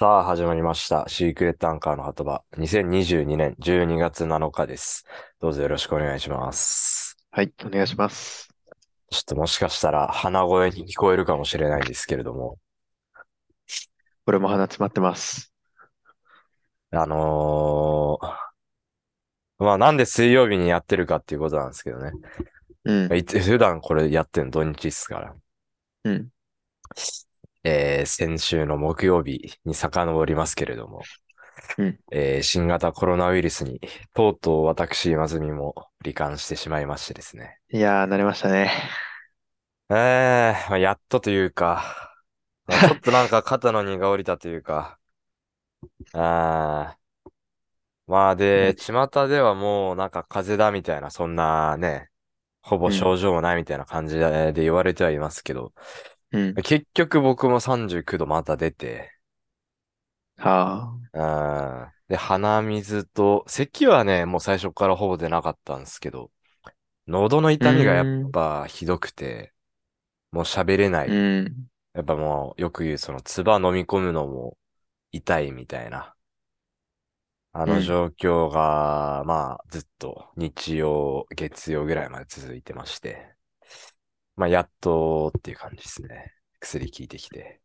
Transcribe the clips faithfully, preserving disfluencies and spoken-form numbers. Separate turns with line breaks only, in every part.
さあ、始まりました。シークレットアンカーの鳩場。にせんにじゅうにねんじゅうにがつなのかです。どうぞよろしくお願いします。
はい、お願いします。
ちょっともしかしたら鼻声に聞こえるかもしれないんですけれども、
これも鼻詰まってます。
あのーまあなんで水曜日にやってるかっていうことなんですけどね。
うん、
いつ普段これやってるの土日ですから。
うん、
えー先週の木曜日に遡りますけれども、
うん。
えー新型コロナウイルスにとうとう私、今住も罹患してしまいましてですね。
いやー、慣れましたね。
ええまあ、やっとというか、まあ、ちょっとなんか肩の荷が下りたというか、あーまあ
いや、
で、巷ではもうなんか風邪だみたいな、そんなね、ほぼ
うん、
症状もないみたいな感じでで言われてはいますけど、
うん。
結局僕もさんじゅうきゅうどまた出て、
あ
あーで、鼻水と、咳はね、もう最初からほぼ出なかったんですけど、喉の
ー、う
痛みがやっ
ーん、
ぱひどくて、もう喋れな
う
い。
ん、
やっぱもうよく言うその唾飲み込むのも痛いみたいな。あの
うん。
状況が、まあ、ずっと日曜、月曜ぐらいまで続いてまして、まあ、やっとっていう感じですね。薬効いてきて。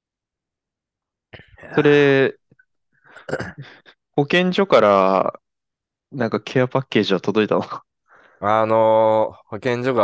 い
そ
や
れ、保健所から、なんかケアパッケージは届いたの？
ーあのー保健所から、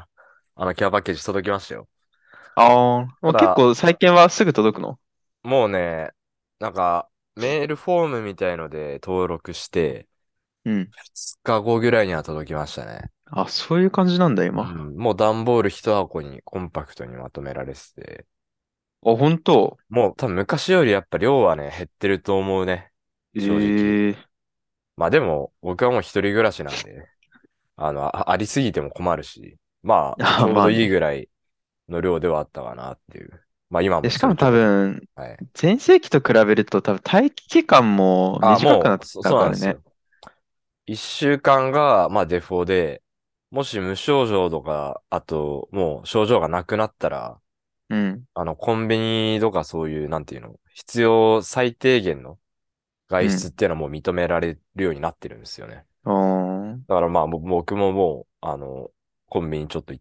あの、ケアパッケージ届きましたよ。
ああー、もう結
ただ、
構最近はすぐ届くの？
もうね、なんか、メールフォームみたいので登録して、
うん。
ふつかごぐらいには届きましたね。
あ、そういう感じなんだ、今。
うん、もう段ボール一箱にコンパクトにまとめられてて、
あ、本当？
もう多分昔よりやっぱ量はね、減ってると思うね。正直。
ええ
まあでも、僕はもう一人暮らしなんで、あの、あ、ありすぎても困るし、ま
ー。
あ、ち
あ、
ょうどいい
まあね。
ぐらいの量ではあったかなっていう。まあ今
で、
も
しかも多
それちょこちょこ。
分、
はい。
全盛期と比べると多分待機期間も
あ、
短くなっ
もう、そ、
たからね。
そうなんですよ。一週間が、まあデフォで、もし無症状とか、あと、もう症状がなくなったら、
うん、
あの、コンビニとかそういう、なんていうの、必要最低限の外出っ
うん。
ていうのはもう認められるようになってるんですよね。
あー
だからまあ、ぼ僕ももう、あの、コンビニちょっと行って、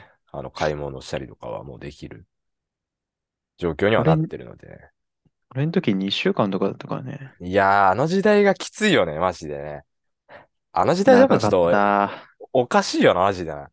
あの、買い物したりとかはもうできる状況にはな
俺、
ってるのでね。
俺の時にしゅうかんとかだったからね。
いやー、あの時代がきついよね、マジでね。あの時代やっぱ
長かっ
ちょっと
た。
おかしいよな、マジでな。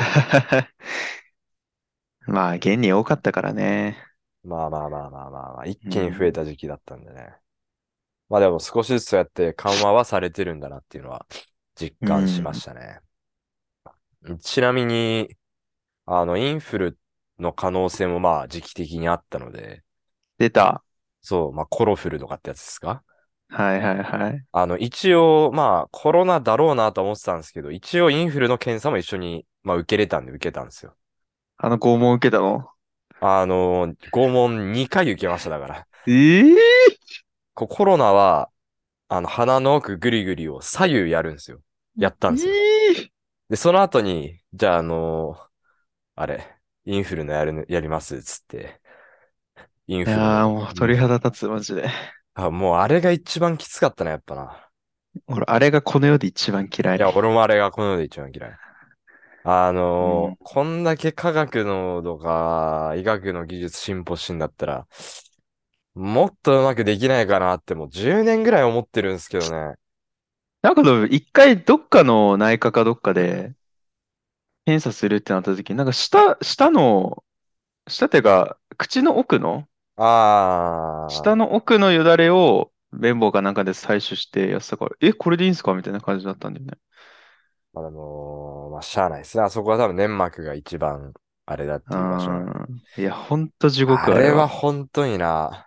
まあ、現に多かったからね。
まあまあまあまあまあまあ、一気に増え
うん。
た時期だったんでね。まあでも少しずつそうやって緩和はされてるんだなっていうのは実
う
感しま
ん。
したね。ちなみに、あの、インフルの可能性もまあ時期的にあったので、
出た。
そう、まあコロフルとかってやつですか？
はいはいはい。
あの、一応、まあ、コロナだろうなとは思ってたんですけど、一応インフルの検査も一緒に、まあ、受けれたんで受けたんですよ。
あの拷問受けたの？
あの、拷問にかい受けましただから。
ええ
こコロナは、あの、鼻の奥ぐりぐりを左右やるんですよ。やったんですよ。
ええ
で、その後に、じゃあ、あの、あれ、インフルのやる、やります、つって、イン
いやー
フルの
もう鳥
にかい。
肌立つ、マジで。
あ、もうあれが一番きつかったな、やっぱな。
俺、あれがこの世で一番嫌い。
いや、俺もあれがこの世で一番嫌い。あ
うん。
のーこんだけ科学のとか、医学の技術進歩してんだったら、もっとうまくできないかなってもうじゅうねんぐらい思ってるんですけどね。
なんかでも、一回どっかの内科かどっかで検査するってなった時、なんか舌、舌の、舌っていうか、口の奥の下
あ
の奥のよだれを綿棒かなんかで採取してやってたから、え、これでいいんすかみたいな感じだったんだよね。
まあ、でも、まあ、しゃあないですね。あそこは多分粘膜が一番あれだっ
う
ていう場所なんで。
ん。いや、ほんと地獄、あれ
あれは
は。
本当にな、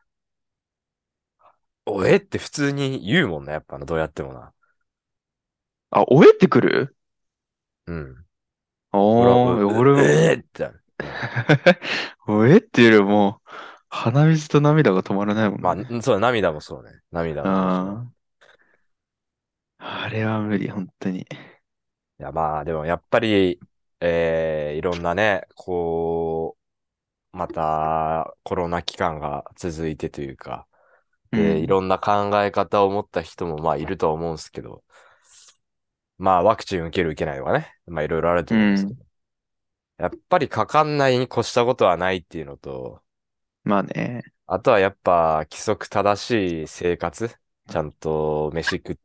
おえって普通に言うもんな、やっぱな、どうやってもな。
あ、おえってくる？
うん。俺は、う、
おー、い
う、
や俺も、
えーってなる。うん。
おえっていうよりも、鼻水と涙が止まらないもん
まあ、
ね。
んそう、涙もそうね。涙
う
ももちろん。
ん。あれは無理、本当に。
いや、まあ、でもやっぱり、えー、いろんなね、こう、またコロナ期間が続いてというか、 で、い
うん。
ろんな考え方を持った人もまあいるとは思うんですけど、まあワクチン受ける受けないとかね、まあいろいろあると
うん。
思うんですけど、やっぱりかかんないに越したことはないっていうのと、
まあね。
あとはやっぱ規則正しい生活、ちゃんと飯食って、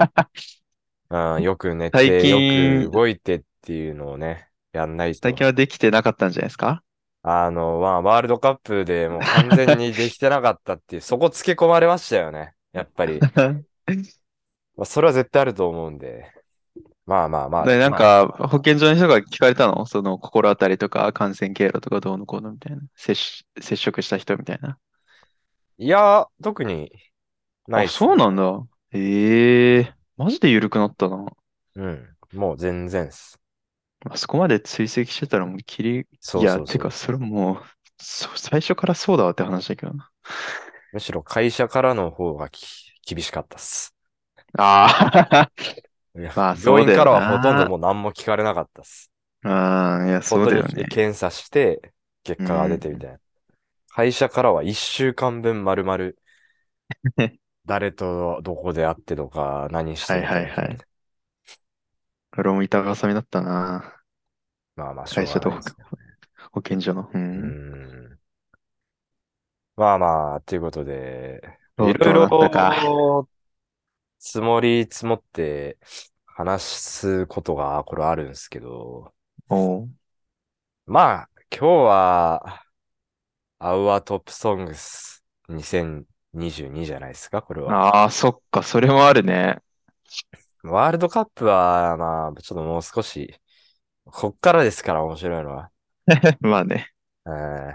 うん、よく寝
最
て、よく
近、
動いてっていうのをね、やんないと。
最近はできてなかったんじゃないですか？
あの、まあ、ワールドカップでもう完全にできてなかったっていう、そこつけ込まれましたよね。やっぱり。まあ、それは絶対あると思うんで。まあまあまあ、
で、なん
まあ、
か、保健所の人が聞かれたの？その、心当たりとか、感染経路とかどうのこうのみたいな。接し、接触した人みたいな。
いや、特にない
あ、
っすね。
そうなんだ。ええ、マジで緩くなったな。
うん。もう全然っす。
あそこまで追跡してたらもう切り、いや、
そうそうそう。
てか、それもう、そ最初からそうだわって話だけどな。
むしろ会社からの方がき厳しかったっす。
ああ、
いや、
まあそうだよ
病院からはほとんど
な。
もう何も聞かれなかったっす。
ああ、いや、そう
外に来
だよね。
て検査して、結
う
果が出てみ
ん。
たいな。会社からはいっしゅうかんぶん丸々、誰とどこで会ってとか、何して
はい
と
はいはい。
か聞かれて。
俺も板挟みだったな。
まあまあ、しょうが
会社と保
ないですけど。
保健所の。う
うー
ん。
ん。まあまあ、ということで、いろい
とうとうなったか。
ろ積もり積もって話すことがこれあるんですけど、
おう。
まあ、今日は、アウアトップソングスにせんにじゅうにじゅうにじゃないですか、これは。
ああ、そっか、それもあるね。
ワールドカップは、まあ、ちょっともう少し、こっからですから面白いのは。
まあね、
うん、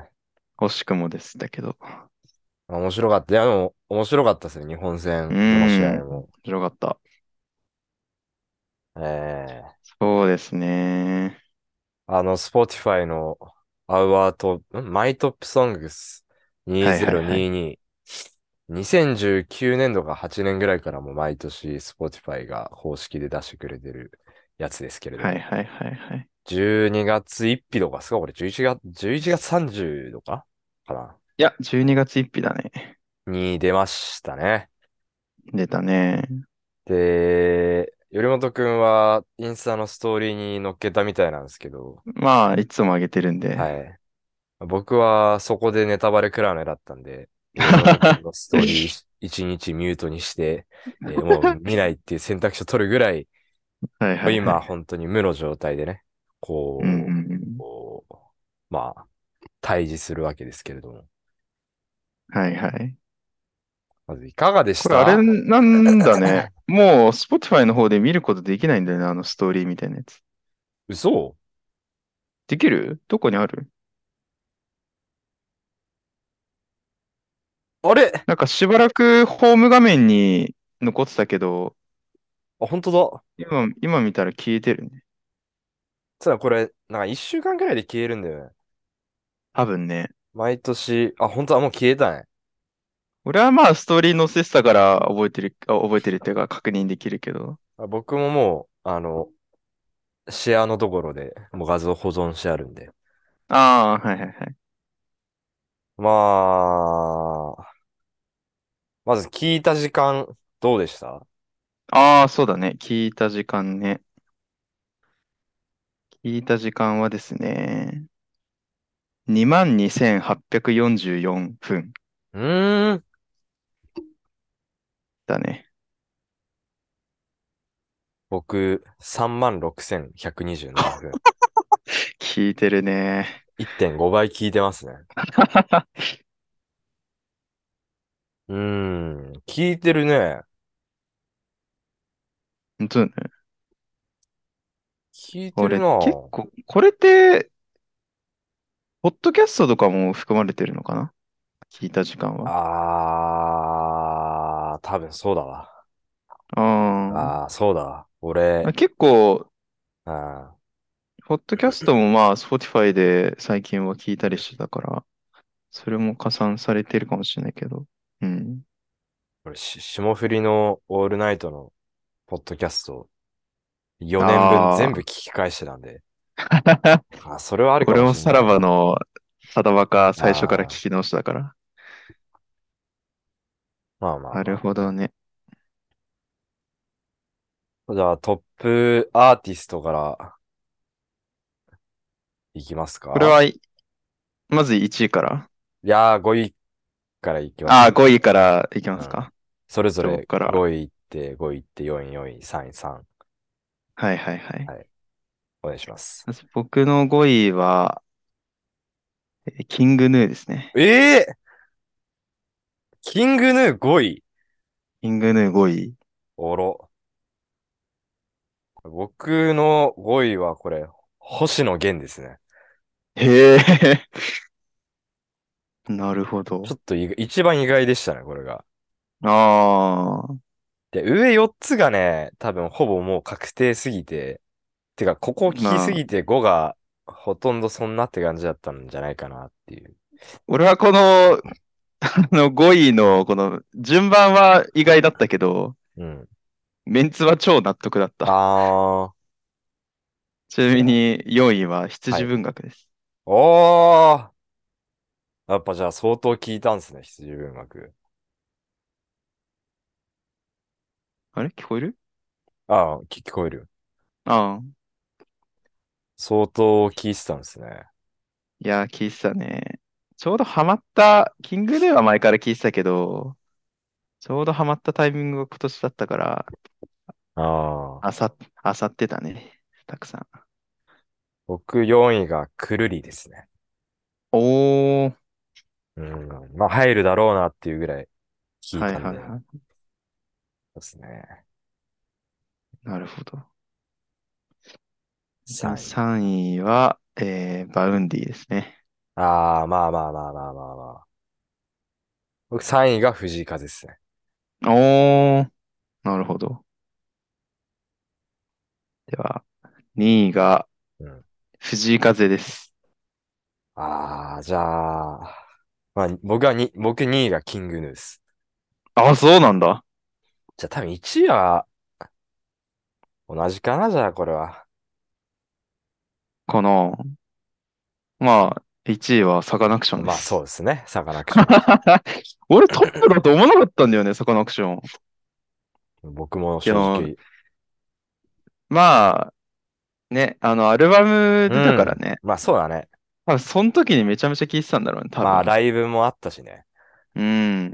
惜しくもです。だけど。
面白かった。いや、でも、面白かったですね、日本
う
戦、どの試
ーん。
合も。
面白かった。
ええ
そうですね。
あの、Spotify のアウアート、んマイトップソングス
はいはいはい。
にせんにじゅうに。にせんじゅうきゅうねんどかはちねんぐらいからも毎年 Spotify が公式で出してくれてるやつですけれども。
はいはいはいはい。
じゅうにがつついたちとかですかこれじゅういちがつ、じゅういちがつさんじゅうとかかな
いや、じゅうにがつついたちだね。
に出ましたね。
出たね。
で、頼本くんはインスタのストーリーに載っけたみたいなんですけど、
まあ、いつもあげてるんで。
はい。僕はそこでネタバレ食らうのだったんで、頼本くんのストーリー一日ミュートにして、えーもう見ないっていう選択肢を取るぐらい、
はいはいは
今
い。
本当に無の状態でね、
うんうんう
こう、
ん。
こうまあ、対峙するわけですけれども。
はいはい。
まずいかがでし
これあれ
た？
なんだね。もう Spotify の方で見ることできないんだよね、あのストーリーみたいなやつ。
嘘？
できる？どこにある？
あれ？
なんかしばらくホーム画面に残ってたけど、
あ、本当だ。
今、今見たら消えてるね。
ただこれ、なんか一週間くらいで消えるんだよね。
多分ね。
毎年、あ、本当だ、もう消えたね。
俺はまあストーリー載せてたから覚えてる、あ覚えてるっていうか確認できるけど。
あ僕ももう、あの、シェアのところでもう画像保存してあるんで。
ああ、はいはいはい。
まあ、まず聞いた時間、どうでした？
ああ、そうだね。聞いた時間ね。聞いた時間はですね、にまんにせんはっぴゃくよんじゅうよんぷん
うーん、
だね。
僕、さんまんろくせんひゃくにじゅうななふん。
聞いてるね。
いってんごばい聞いてますね。うーん、聞いてるね。
本当だね。
聞いてる
俺
なぁ。
結構、これって、ポッドキャストとかも含まれてるのかな？聞いた時間は。
あー、多分そうだわ。
あ
あー、そうだわ。俺、
あ。結構、
あ
ポッドキャストもまあ、Spotify で最近は聞いたりしてたから、それも加算されてるかもしれないけど。うん。
俺、し霜降りのオールナイトのポッドキャスト、よねんぶん全部聞
ああ。
き返してたんで、あ、それはあるかも
俺もさら
しんないな。
ばのただバカ最初から
あ
聞き直したから。
まあまあ
なる
ま
ほどね。
あ。じゃあトップアーティストからいきますか？
これは、まずいちいから。
いやー、ごいからいきま
ああ、
す？
ごいからいきま
うん。
すか。
それぞ
じゃあ僕
れ
から。
ごい行って、ごい行って、よんい、よんい、さんい、さん。
はいはいはい。
はい。お願いします。
まず僕のごいは、えーキングヌーですね。
ええー、キングヌーごい。
キングヌーごい。
おろ。僕のごいはこれ、星野源ですね。
へえ、なるほど。
ちょっと意外一番意外でしたね、これが。
ああ、
で、上よっつがね、多分ほぼもう確定すぎて、てか、ここを聞きす
まあ、
ぎてごがほとんどそんなって感じだったんじゃないかなっていう。
俺はこの、あのごいのこの順番は意外だったけど、
うん。
メンツは超納得だった。
あ
ちな
ー、いや、
みによんいは羊
はい。
文学です。
おー、やっぱじゃあ相当聞いたんですね、羊文学。
あれ聞こえる？
ああ、聞聞こえる。
ああ、
相当聞いてたんですね。
いや、聞いてたね。ちょうどハマった、キングヌーは前から聞いてたけど、ちょうどハマったタイミングが今年だったから、
ああ、
あさ、あさってたね。たくさん。
僕よんいがくるりですね。
おー、
うん。まあ入るだろうなっていうぐらい聞い
はい
たんで、
はいはい。
ですね。
なるほど。じゃあ
さんい。
さんいは、えー、バウンディですね。
ああ、まあまあまあまあまあまあ。僕さんいが藤井風ですね。
おー、なるほど。では、にいが
うん。
藤井風です。
ああ、じゃあ、まあ僕はに、僕にいがキングヌース。
あ、そうなんだ。
じゃあ多分いちいは同じかな、じゃあこれは。
かな。まあ、いちいはサカナクションで
まあそう
す。
ですね。サカナクション。
俺トップだと思わなかったんだよね、サカナクション。
僕も
いや、
正直。
まあ、ね、あの、アルバム出たから
うん。
ね。
まあそうだね。
多分、その時にめちゃめちゃ聴いてたんだろうね、多
まあ
分。
ライブもあったしね。
うん。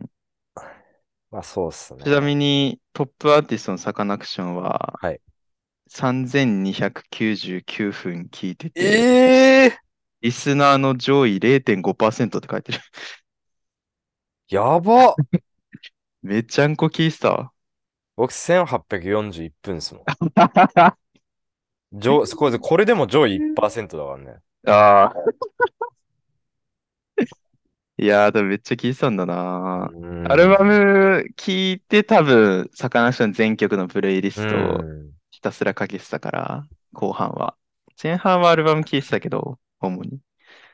まあそうっす
ちなみ
ね。
に、トップアーティストのサカナクションは、
はい。
さんぜんにひゃくきゅうじゅうきゅうふん聴いてて、
ええ
リスナーの上位れいてんごパーセントって書いてる。
ー、やば。
めちゃんこ聴いてたわ。
僕せんはっぴゃくよんじゅういっぷんですもん。上、これで、これでも上位いちパーセントだからね。
ああ。いやー、多分めっちゃ聴いてたんだ
う
な。アルバ
ーん。
ム聴いて多分、サカナクション全曲のプレイリ
う
ストを
ん。
ひたすらかけてたから、後半は。前半はアルバム聴いてたけど、主に。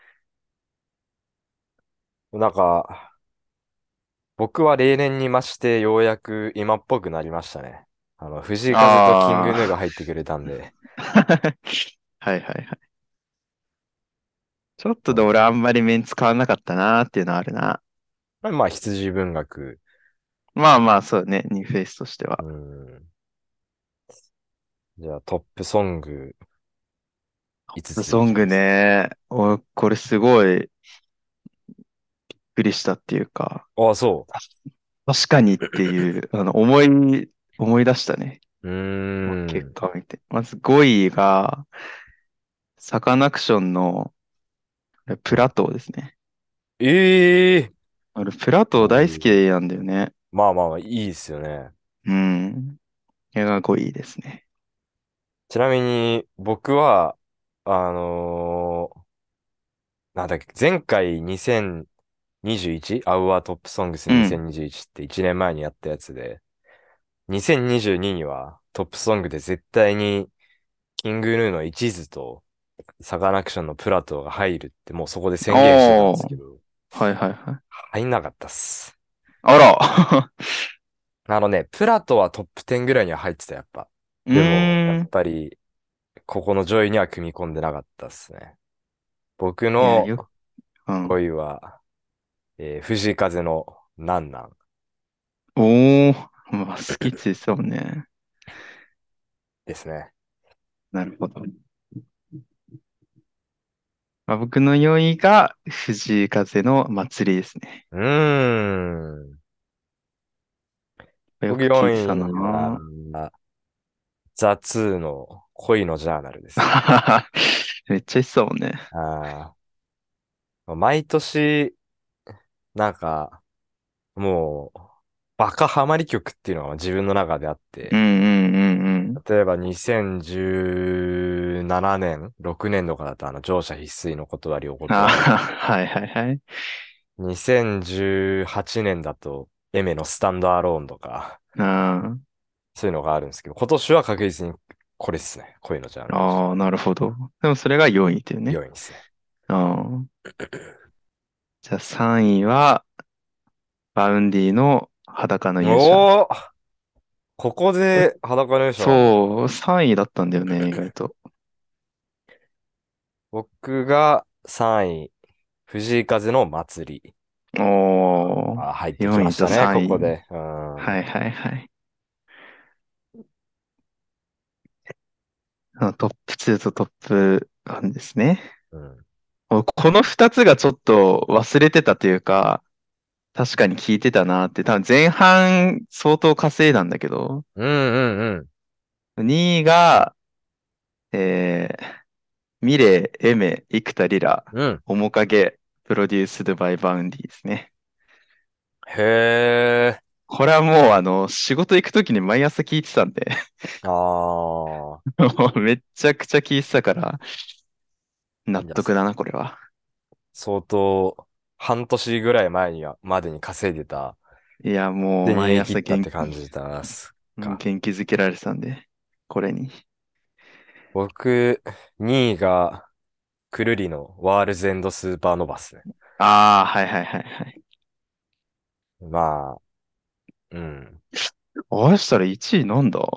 なんか、僕は例年に増してようやく今っぽくなりましたね。あの、藤井風とキングヌーが
ああ。
入ってくれたんで。
はいはいはい。ちょっとで俺あ
うん。
んまりメンツ変わんなかったなーっていうのはあるな。
まあ、羊文学。
まあまあ、そうね。ニューフェイスとして
う
は。
ん。じゃあ、トップソングいつつい
ソング
きますか？
ね。お、これすごいびっくりしたっていうか、
ああ、そ
確かにっていう、あの、思い、思い出したね。
う。うー
結
ん。
果を見て。まずごいが、サカナクションのプラ
うん。
トーですね。
ええ
俺、プラ
ー、
トー大好き
ごい。
なんだよね。
まあまあまあ、いいですよね。
うん。これがごいですね。
ちなみに、僕は、あのーなんだっけ、前回にせんにじゅういち、アウアートップソングス
うん。
にせんにじゅういちっていちねんまえにやったやつで、にせんにじゅうににはトップソングで絶対にキングヌーの一途とサカナクションのプラトーが入るってもうそこで宣言してたんで
おー。
すけど、
はいはいはい。
入んなかったっす。
あら。
あのね、プラトはトップじゅうぐらいには入ってた、やっぱ。
う
でも、やっ
ーん。
ぱり、ここの上位には組み込んでなかったっすね。僕
いや、
の
よ、うん。
ごいは、えー藤井風のなんなん。
おー、まあ、好きって言ってたもんね。
ですね。
なるほど。まあ、僕のよんいが藤井風の祭りですね。
うーん。僕
よく聞いてた
4位
な。
は、ザ・ツーの恋のジャーナルですね。
めっちゃ言ってたもんね。
あー毎年、なんか、もう、バカハマり曲っていうのが自分の中であって、
うんうんうんうん。
例えばにせんじゅうななねん、ろくねんとかだとあの乗車必須の断りお
あ
断り。
ーはいはいはい。
にせんじゅうはちねんだとエメのスタンドアローンとか、
あ
そういうのがあるんですけど、今年は確実にこれですね。恋のジャーナルです。
あー、なるほど。でもそれがよんいっていうね。
よんいですね。
ああ。じゃあさんいは、バウンディの裸の勇者。
おーここ
これ、
で裸の勇者なんだ。
そう、さんいだったんだよね、意外と。
僕がさんい、藤井風の祭り。
おー、
あ、入ってき
よんいと
ましたね、こ
さんい。
こで。うん。
はいはいはい。あトップにとトップワンですね。
うん。
おこのふたつがちょっと忘れてたというか、確かに聞いてたなって、多分前半相当稼いだんだけど、
うんうんうん。
にいが、えー、ミレイ、エメ、生田リラ、
うん。
面影、プロデュースドバイバウンディですね。
へえ。
これはもうあの、仕事行くときに毎朝聞いてたんで
ああ。
もうめっちゃくちゃ聞いてたから、納
いや、そ
得だな、これは。
相当、半年ぐらい前には、までに稼いでた。
いや、もう
で、逃
毎
げ切ったっ
朝元気、
て感じたっす
うん
か。
元気づけられてたんで、これに。
僕、にいが、くるりのワールズエンドスーパーノバっすね。
ああ、はいはいはいはい。
まあ、うん。
あれしたらいちいなんだ？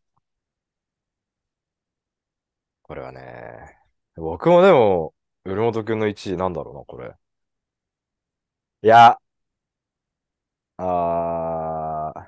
これはね。僕もでも、浦本くんのいちいなんだろうな、これ。いや、あー、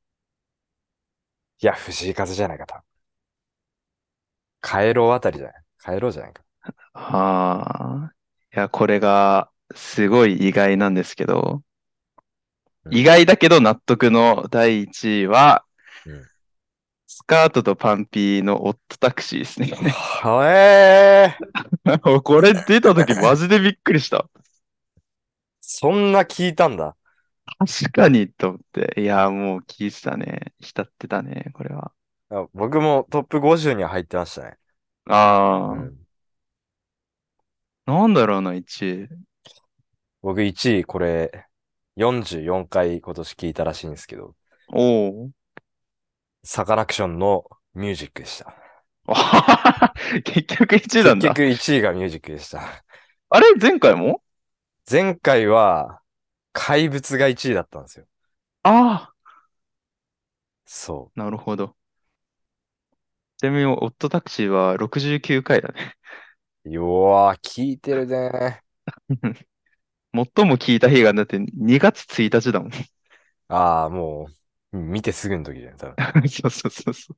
いや、藤井風じゃないか、多分。カエロあたりじゃないカエロじゃないか。
ああ、いや、これがすごい意外なんですけど、
うん。
意外だけど納得のだいいちいは、
うん。
スカートとパンピーのオットタクシーですね。
はえー、
これ出た時マジでびっくりした。
そんな聞いたんだ。
確かにと思って。いや、もう聞いてたね。浸ってたね、これは。
あ僕もトップごじゅうには入ってましたね。う
あ
ん。
あ、なんだろうな、いちい。
僕いちいこれよんじゅうよんかい今年聞いたらしいんですけど、
おお。
サカナクションのミュージックでした。
あははは結局いちいなんだ。
結局いちいがミュージックでした。
あれ前回も？
前回は怪物がいちいだったんですよ。
ああ
そ
ー、なるほど。ちなみに、オットタクシーはろくじゅうきゅうかいだね。
う。よわー、聞いてるね。
最も聞いた日がだってにがつついたちだもん。
ああ、もう、見てすぐの時じゃん、多分。
そうそうそうそう。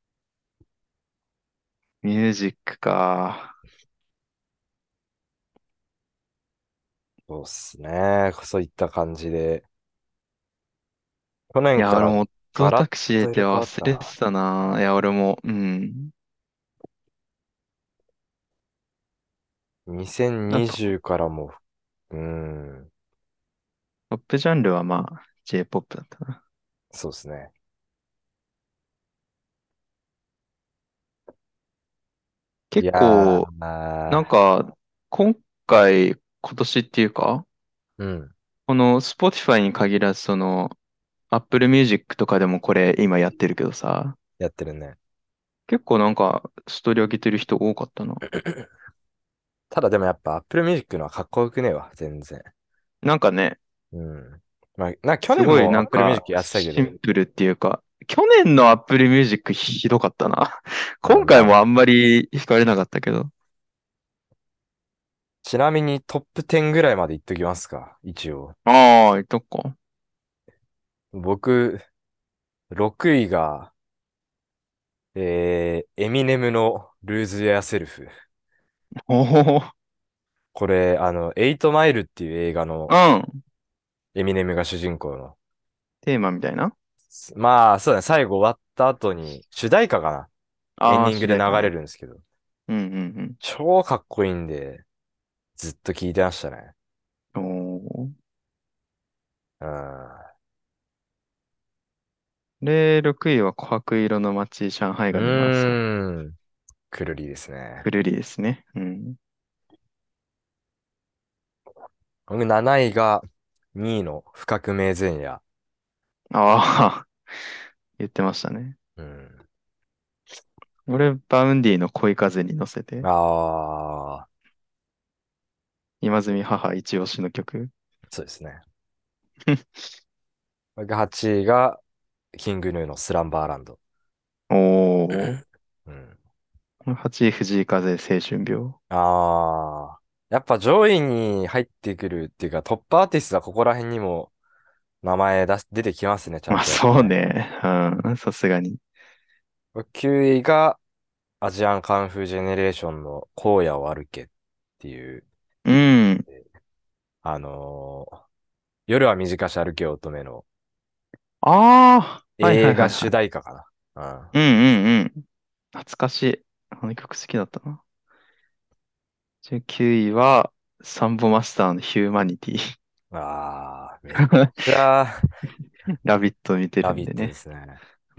ミュージックか。
そうっすね。そういった感じで。去
いや、
年から
俺もオット
ガラッ
タクシーって
と入れ替わったな。
忘れてたな。いや、俺も、うん。あと、
にせんにじゅうからも、うーん、
トップジャンルはまあ、J-ジェイポップ だったな。
そうですね。い
結
や
構、なん
ー、
か、今回、今年っていうか、
うん、
この Spotify に限らず、その、Apple Music とかでもこれ今やってるけどさ、
やってるね。
結構なんか、ストーリー上げてる人多かったな。
ただでもやっぱ Apple Music のはかっこよくねえわ、全然。
なんかね、
うん。まあ、な、去
すごい
年も
なん
Apple
か、
Music やってたけ
シン
ど、
プルっていうか、去年の Apple Music ひどかったな。今
うん、まあ、
回もあんまり惹かれなかったけど。
ちなみにトップじゅうぐらいまでいっときますか、一応。
ああ、言っとくか。
僕、ろくいが、えー、エミネムのルーズ・エア・セルフ。
おお、
これ、あの、エイトマイルっていう映画の
うん。
エミネムが主人公の。
テーマみたいな。
すまあ、そうだね。最後終わった後に、主題歌かな。エン
ああー、
ディングで流
主題歌ね。
れるんですけど、
うんうん
超かっこいいんで、ずっと聞いてましたね。
うん。おー。
うん。
で、ろくいは琥珀色の街、上海
う
ガニマラソン。
ーん。くるりですね。
くるりですね。うん。
僕なないがにいの不覚明前夜。
ああ、言ってましたね。
うん。
俺、バウンディの恋風に乗せて、
ああ、
今住母一押しの曲。
そうですね。僕はちいがキングヌーのスランバーランド。
おー。
うん。
はちい、藤井風青春病。
ああ、やっぱ上位に入ってくるっていうかトップアーティストはここら辺にも名前出し、出てきますね、ちゃん
まあ
とやっぱね。
そうね。うん、さすがに。
きゅういがアジアンカンフージェネレーションの荒野を歩けっていう、
うん。
あのー夜は短し歩け乙女の
ああ、はいはい
映画主
はいはい。
題歌かな。
うんうんうん。懐かしい。あの曲好きだったな。じゅうきゅういは、サンボマスターのヒューマニティ。
うん。ああ、めっちゃ、
ラビット見て
ラビットで
るんでね。
すね。
うん。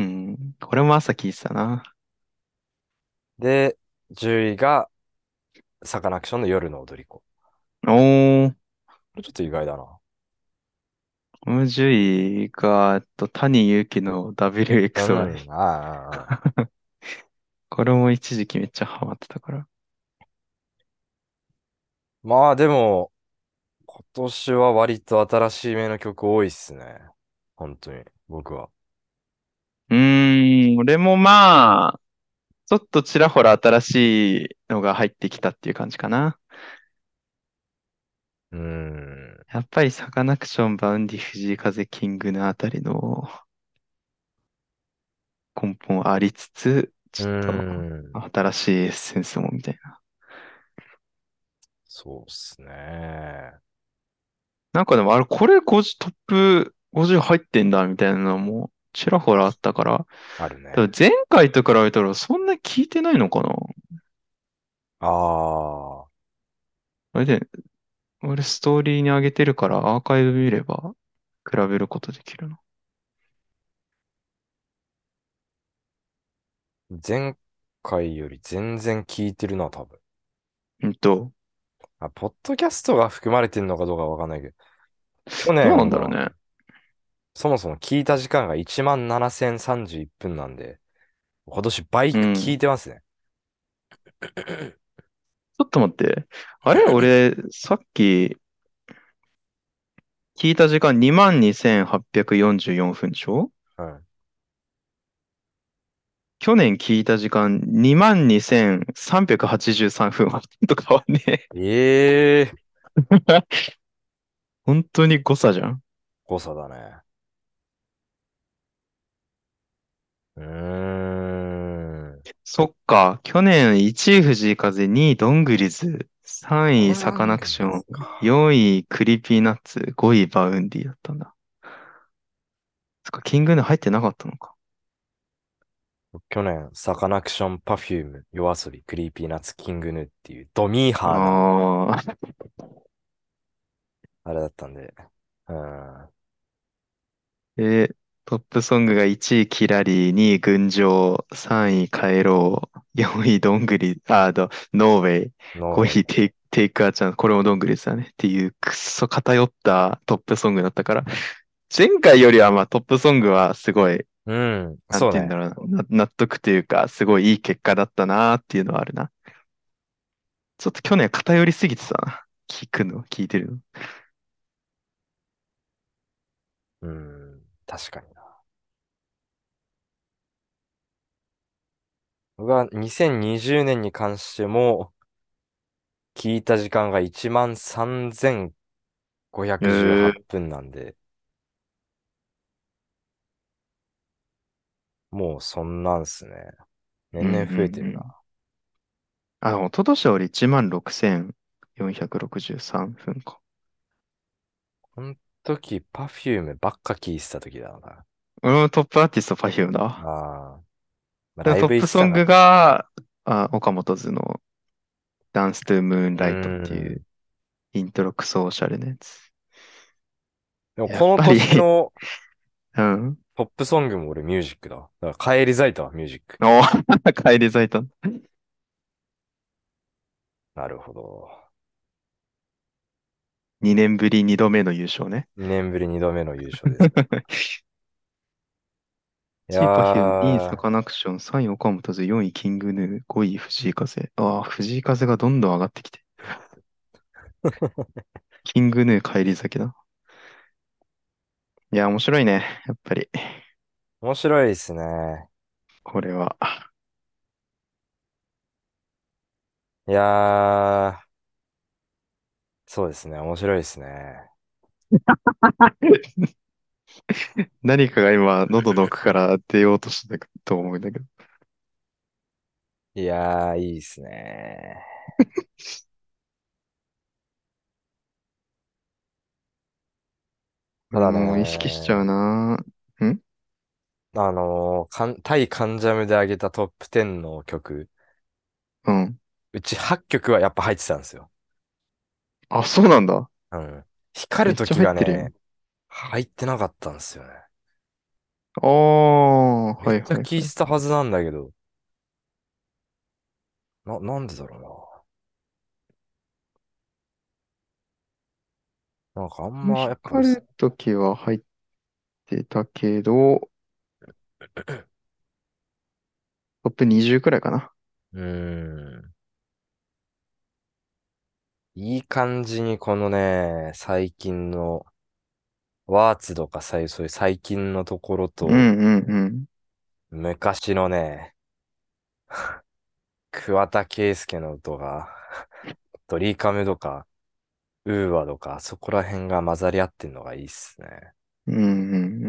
これも朝聞いてたな。
で、じゅういがサカナクションの夜の踊り子。こ
おー。
れちょっと意外だな。
むじゅういが、えっと、谷祐希の
う
ダブリューエックスワイ。
ん、ああ、ああ、
これも一時期めっちゃハマってたから。
まあでも、今年は割と新しいめの曲多いっすね。本当に、僕は。
うーん、俺もまあ、ちょっとちらほら新しいのが入ってきたっていう感じかな。
うーん、
やっぱりサカナクション、バウンディ、藤井風、キングのあたりの根本ありつつ、
うー
ちょっ
ん、
と新しいエッセンスもみたいな。
そうっすね。
なんかでもあれ、これごじゅうトップごじゅう入ってんだみたいなのもちらほらあったから、
あるね。
多分前回と比べたらそんな聞いてないのかな。
ああ、
あれで、俺ストーリーに上げてるからアーカイブ見れば比べることできるな。
前回より全然聞いてるな、多分。
うんと、
あ、ポッドキャストが含まれてるのかどうかわかんないけど、去
どうな
年は、
んだろうね。
そもそも聞いた時間がいちまんななせんさんじゅういっぷんなんで、今年倍聞い
うん。
てますね。
ちょっと待って。あれ俺、さっき聞いた時間にまんにせんはっぴゃくよんじゅうよんふんでしょ。
うん。
去年聞いた時間にまんにせんさんびゃくはちじゅうさんふん。ほとんど変わんねえ。
ええ
本当に誤差じゃん。
誤差だね。うーん。
そっか。去年いちい藤井風、にいどんぐりず、さんいサカ
どんぐ
ナクション、
りですか。
よんいクリーピーナッツ、ごいバウンディだったんだ。そっか、キングヌー入ってなかったのか。
去年、サカナクション、パフューム、夜遊び、クリーピーナッツ、キングヌーっていうドミーハーな、
ああ。
あれだったんで。うん。
で、トップソングがいちいキラリ、にい群青、さんい帰ろう、よんいどんぐり、あーと、ノーウェイ、ごい
ノーウェイ。
テイク、テイクアチャン、これもどんぐりですよね。っていうくっそ偏ったトップソングだったから、前回よりはまあトップソングはすごい、
うん。
なん
そうね。
て言うんだろうな、な納得というか、すごいいい結果だったなっていうのはあるな。ちょっと去年偏りすぎてたな。聞くの、聞いてるの。
うん。確かにな。僕はにせんにじゅうねんに関しても、聞いた時間がいちまんさんぜんごひゃくじゅうはち
えー、
分なんで、 もうそんなんすね。
うんうん
年々増えてるな。
うん。あ、でも、一昨年は俺いちまんろくせんよんひゃくろくじゅうさんぷんか。
この時、パフュームばっか聞いてた時だな。
俺もトップアーティスト Perfume だ。
ああ、まあ、
でもトッ
ライブ行っ
プソング
てたから。
が、あ、岡本図のダンストゥムーン
うー
ライトっていう
ん。
イントロクソーシャルなやつ。
でもこの
やっぱり
年の
うん。
トップソングも俺ミュージックだ。だから帰り咲いたわ、ミュージック。
お帰り咲いた。
なるほど。
にねんぶりにどめの優勝ね。
にねんぶりにどめの優勝ですよ。いや
いちい Perfume、にいサ
ー、
カナクション、さんい岡本図、よんいキングヌー、ごい藤井風。ああ、藤井風がどんどん上がってきて。キングヌー帰り咲きだ。いや、面白いね。やっぱり。
面白いですね。
これは。
いやー、そうですね。面白いですね。
何かが今、喉の奥から出ようとしてたと思うんだけど。
いやー、いいですね。ただ
もう意識しちゃう
ね、
な。ん
あのー、かん対カンジャムで上げたトップじゅうの曲、
うん。
うちはちきょくはやっぱ入ってたんですよ。
あ、そうなんだ。
うん。光る
めっちゃ
時がね、
入ってるよ。
入ってなかったんですよね。
ああ、
めっちゃ
はいはいはい。
聴いてたはずなんだけど、な、なんでだろうな。なんかあん
もう
ま、やっぱ薄、
光るときは入ってたけど、トップにじゅうくらいかな。
うーん。いい感じにこのね、最近の、ワーツとかさい、そういう最近のところと、
うんうんうん。
昔のね、桑田佳祐の音が、ドリカムとか、ウーアとか、そこら辺が混ざり合ってんのがいいっすね。
うんうんうん。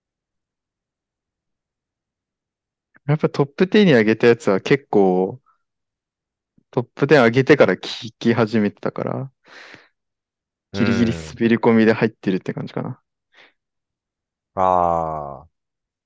やっぱトップじゅうに上げたやつは結構、トップじゅう上げてから聞き始めてたから、
う
ギリギリ
ん。
滑り込みで入ってるって感じかな。
ああ。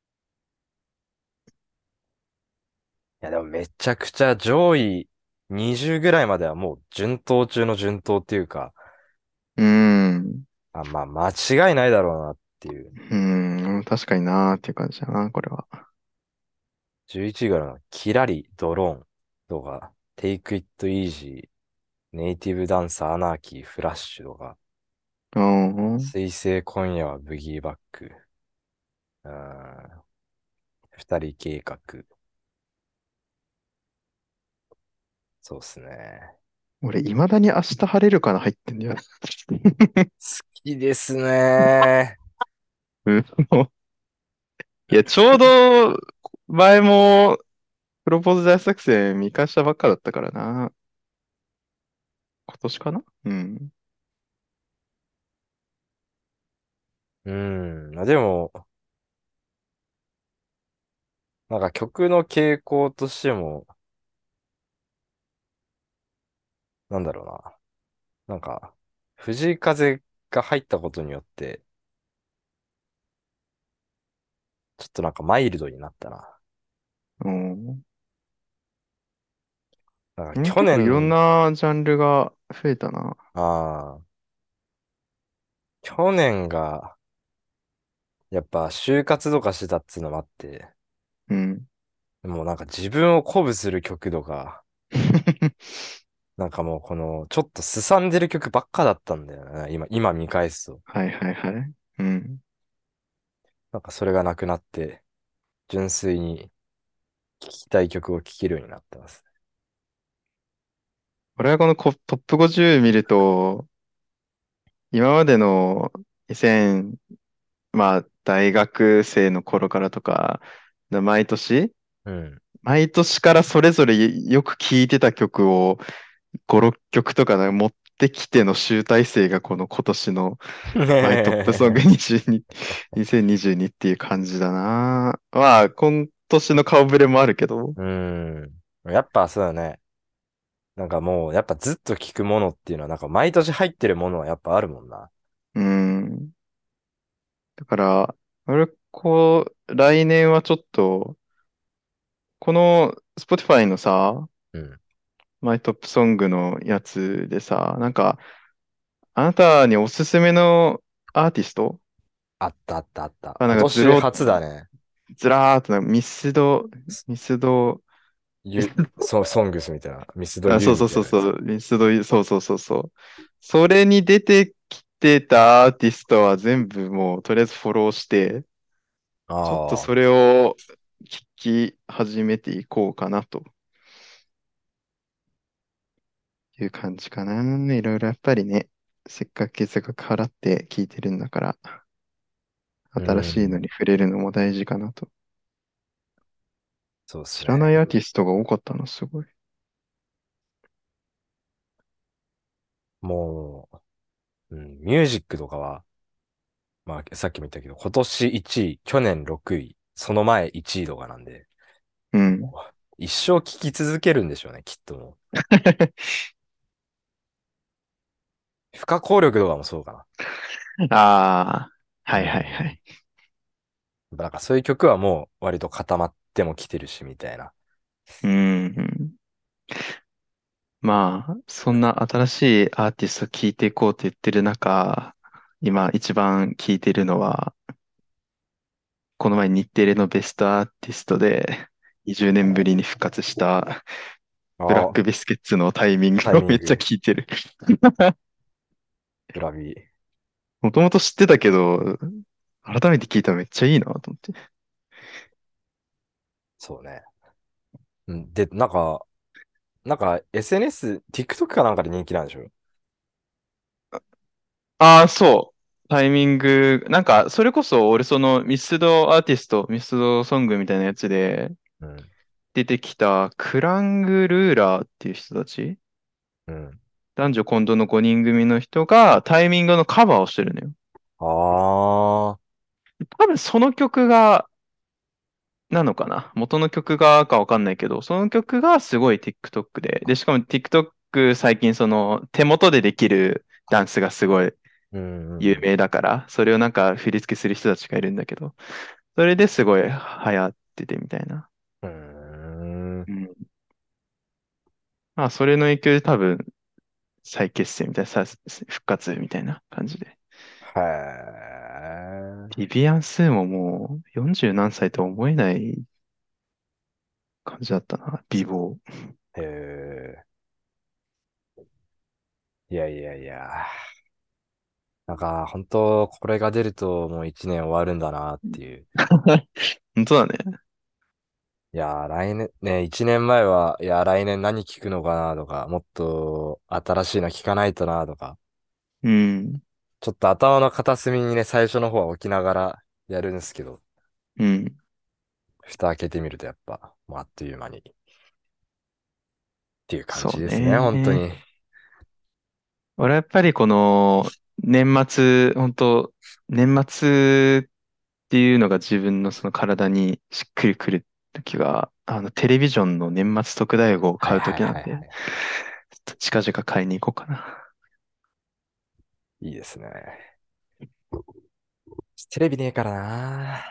いやでもめちゃくちゃ上位にじゅうぐらいまではもう順当中の順当っていうか、
うーん。
あ、まあ間違いないだろうなっていう。
うーん。確かになーっていう感じだな、これは。
じゅういちいからのキラリ、ドローンとか、Take It Easy、ネイティブダンサー、アナーキー、フラッシュとか、
うん。
水星今夜はブギーバック、うーん、二人計画、そうっすね。
俺、未だに明日晴れるかな入ってんだよ。
好きですね。
うん。いや、ちょうど、前も、プロポーズ大作戦見返したばっかだったからな。今年かなうん。
うん。まあでも、なんか曲の傾向としても、なんだろうな。なんか、藤井風が入ったことによって、ちょっとなんかマイルドになったな。
うん。
なんか去
うん、結構いろん
年、
なジャンルが増えたな。
ああ、去年が、やっぱ就活とかしてたっつうのもあって、
うん。
もうなんか自分を鼓舞する曲とか、なんかもうこの、ちょっとすさんでる曲ばっかだったんだよな、今、今見返すと。
はいはいはい。うん。
なんかそれがなくなって、純粋に聴きたい曲を聴けるようになってます。
俺はこのコトップごじゅう見ると、今までのにせん、まあ、大学生の頃からとか、毎年、
うん。
毎年からそれぞれよく聴いてた曲をご、ろっきょくとか持っってきての集大成がこの今年のマイトップソングにじゅうに、にせんにじゅうにっていう感じだな。まあ、今年の顔ぶれもあるけど。
うん。やっぱそうだね。なんかもう、やっぱずっと聞くものっていうのは、なんか毎年入ってるものはやっぱあるもんな。
うん。だから、俺、こう、来年はちょっと、この Spotify のさ、
うん。
マイトップソングのやつでさ、なんか、あなたにおすすめのアーティスト
あったあったあった。
がなん
今年
かずろ、
初だね。
ずらーっとなんかミスド、
ス
ミスド、ミス
ユ、ソ、ソングスみたいな。ミスド
あ、
ユー
そうそう
みたいなやつ。
そうそう、ミスド、そうそうそうそう。それに出てきてたアーティストは全部もうとりあえずフォローして、ちょっと
ああ。
それを聞き始めていこうかなという感じかな。いろいろやっぱりね、せっかく月額払って聞いてるんだから、
う
新しいの
ん。
に触れるのも大事かなと。
そうっす
知らない
ね。
アーティストが多かったの、すごい。
もう、うん、ミュージックとかは、まあ、さっきも言ったけど、今年いちい、去年ろくい、その前いちいとかなんで、
うん。
もう一生聴き続けるんでしょうね、きっともう。不可抗力とかもそうかな。
ああ、
う
はいはいは
ん。
い。
なんかそういう曲はもう割と固まっても来てるし、みたいな。
うん。まあ、そんな新しいアーティスト聞いていこうと言ってる中、今一番聞いてるのは、この前日テレのベストアーティストでにじゅうねんぶりに復活したブラッ
ああ、
クビスケッツのタイミングをめっちゃ
タイミング、
聞いてる。
ブラビー。
もともと知ってたけど、改めて聞いたらめっちゃいいなと思って。
そうね。うん、で、なんか、なんか エスエヌエス、TikTok かなんかで人気なんでしょ？
ああ、そう。タイミング、なんか、それこそ俺そのミスドアーティスト、ミスドソングみたいなやつで
うん。
出てきたクラングルーラーっていう人たち
うん。
男女混同のごにん組の人がタイミングのカバーをしてるのよ。
ああ、
多分その曲が、なのかな元の曲がかわかんないけど、その曲がすごい TikTok で。で、しかも TikTok 最近その手元でできるダンスがすごい
うんうん
有名だから、それをなんか振り付けする人たちがいるんだけど、それですごい流行っててみたいな。
うん。うーん。
うん。まあ、それの影響で多分再結成みたいな、さ復活みたいな感じで。
へえ。
ビビアン・スーももうよんじゅう何歳とは思えない感じだったな、美貌。
へえ。いやいやいや。なんか、本当これが出るともう一年終わるんだなっていう。
本当だね。
いやー、来年、ね、一年前は、いやー、来年何聞くのかなとか、もっと新しいの聞かないとなとか、
うん。
ちょっと頭の片隅にね、最初の方は置きながらやるんですけど、
うん。
蓋開けてみるとやっぱ、もうあっという間にっていう感
そう
じですね、本当
ね。
に。
俺はやっぱりこの年末、本当年末っていうのが自分のその体にしっくりくる時は、あのテレビジョンの年末特大号を買う
はいはい
時なんで、ちょ
はいはい。
っと近々買いに行こうかな。
いいですね。テレビねえからな。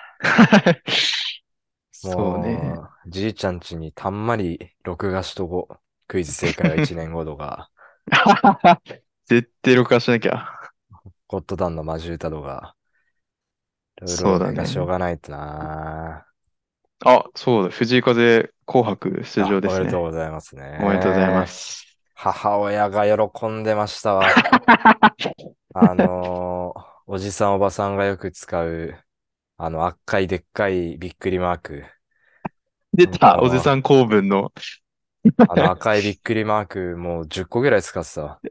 そうね。
もう、じいちゃん家にたんまり録画しとこう。クイズ正解はいちねんごとか、
絶対録画しなきゃ。
ゴッドタンのマジ歌とか、いろいろ
そうだ
録画しと
ね。
かないとな。
あ、そうだ。藤井風紅白出
あ、おめでとう
場ですね。
ございます
おめでとうございま
ね。
す。
母親が喜んでましたわ。あのーおじさんおばさんがよく使う、あの赤いでっかいびっくりマーク。
出た、おじ
もう、
さん公文の。
あの赤いびっくりマーク、もうじゅっこぐらい使ってたわ。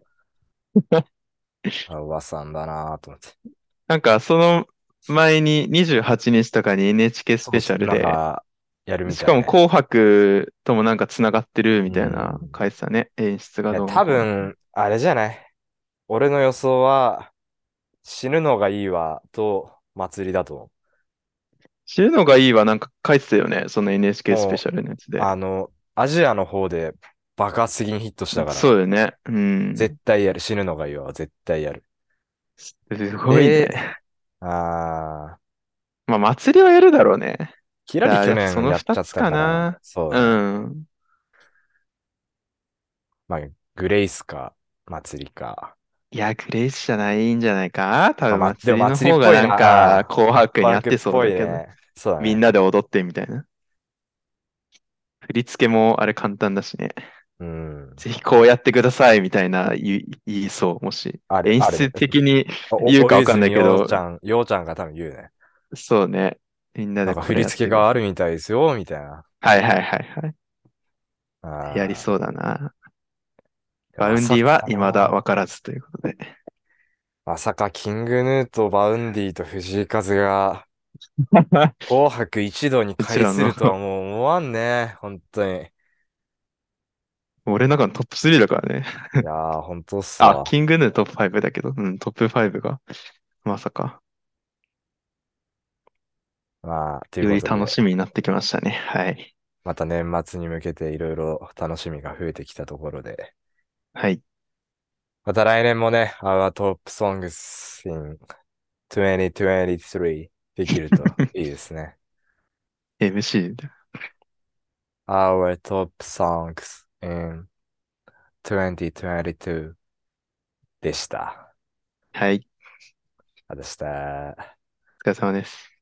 あ、おばさんだなぁと思って。
なんか、その前ににじゅうはちにちとかに エヌエイチケー スペシ
そうそう、なん
ャルで、
か、やるみ
し
たいね。
かも紅白ともなんか繋がってるみ
う
たいな
ん。
書いてたね。演出が
いや、
どうの
多
こうの。
分、あれじゃない。 俺の予想は、死ぬのがいいわ、と、祭りだと思
死ぬのがいいはなんか書いてたよね。その エヌエイチケー スペ
もう、
シャルのやつで。
あの、アジアの方で爆発的にヒットしたから、
そうよね。うん。
絶対やる。死ぬのがいいわ、絶対やる。
すごい
で、
ね。
あー、
まあ、祭りはやるだろうね。
キラリ去
だからやっぱそ
年やっちゃっ
の二つか
たから、
な。う
そうね。
ん。
まあ、グレイスか、祭りか。
いや、グレイスじゃないんじゃないか多
まあ、
分
ま、でも
祭りの
祭りっ
方がなん
ぽいな。
か
あ
紅白に
紅白っ
合ってそう
ぽ
だけど。
いね。そうだ
みん
ね。
なで踊ってみたいな。振り付けもあれ簡単だしね。
うん。
ぜひこうやってくださいみたいな言い、言いそう。もし。
ある、あるね。
演出的に
お、
言うかわかんな
お大泉
いけど、
洋ちゃん、洋ちゃんが多分言うね。
そうね。みんな
なん
でこれやっ
か振り付け
てください。
があるみたいですよ、みたいな。
はいはいはいはい。やりそう
あ
だな。
あ、
バウンディ
まさ
は未だ
か、
分からずということで。
まさかキングヌーとバウンディと藤井風が紅白一度に
うちらの
会するとはもう思わんね。本当に。い
俺の中のトップスリーだからね。
やー、本当っす
あ、
わ。
キングヌートップファイブだけど、うん、トップファイブが、まさか、
まあ、という
より
ことで、
楽しみになってきましたね。はい。
また年末に向けていろいろ楽しみが増えてきたところで、
はい。
また来年もね、Our Top Songs in にせんにじゅうさんできるといいですね。
エムシー だ。
Our Top Songs in にせんにじゅうにでした。
はい。
ありがとうございました。
お疲れ様です。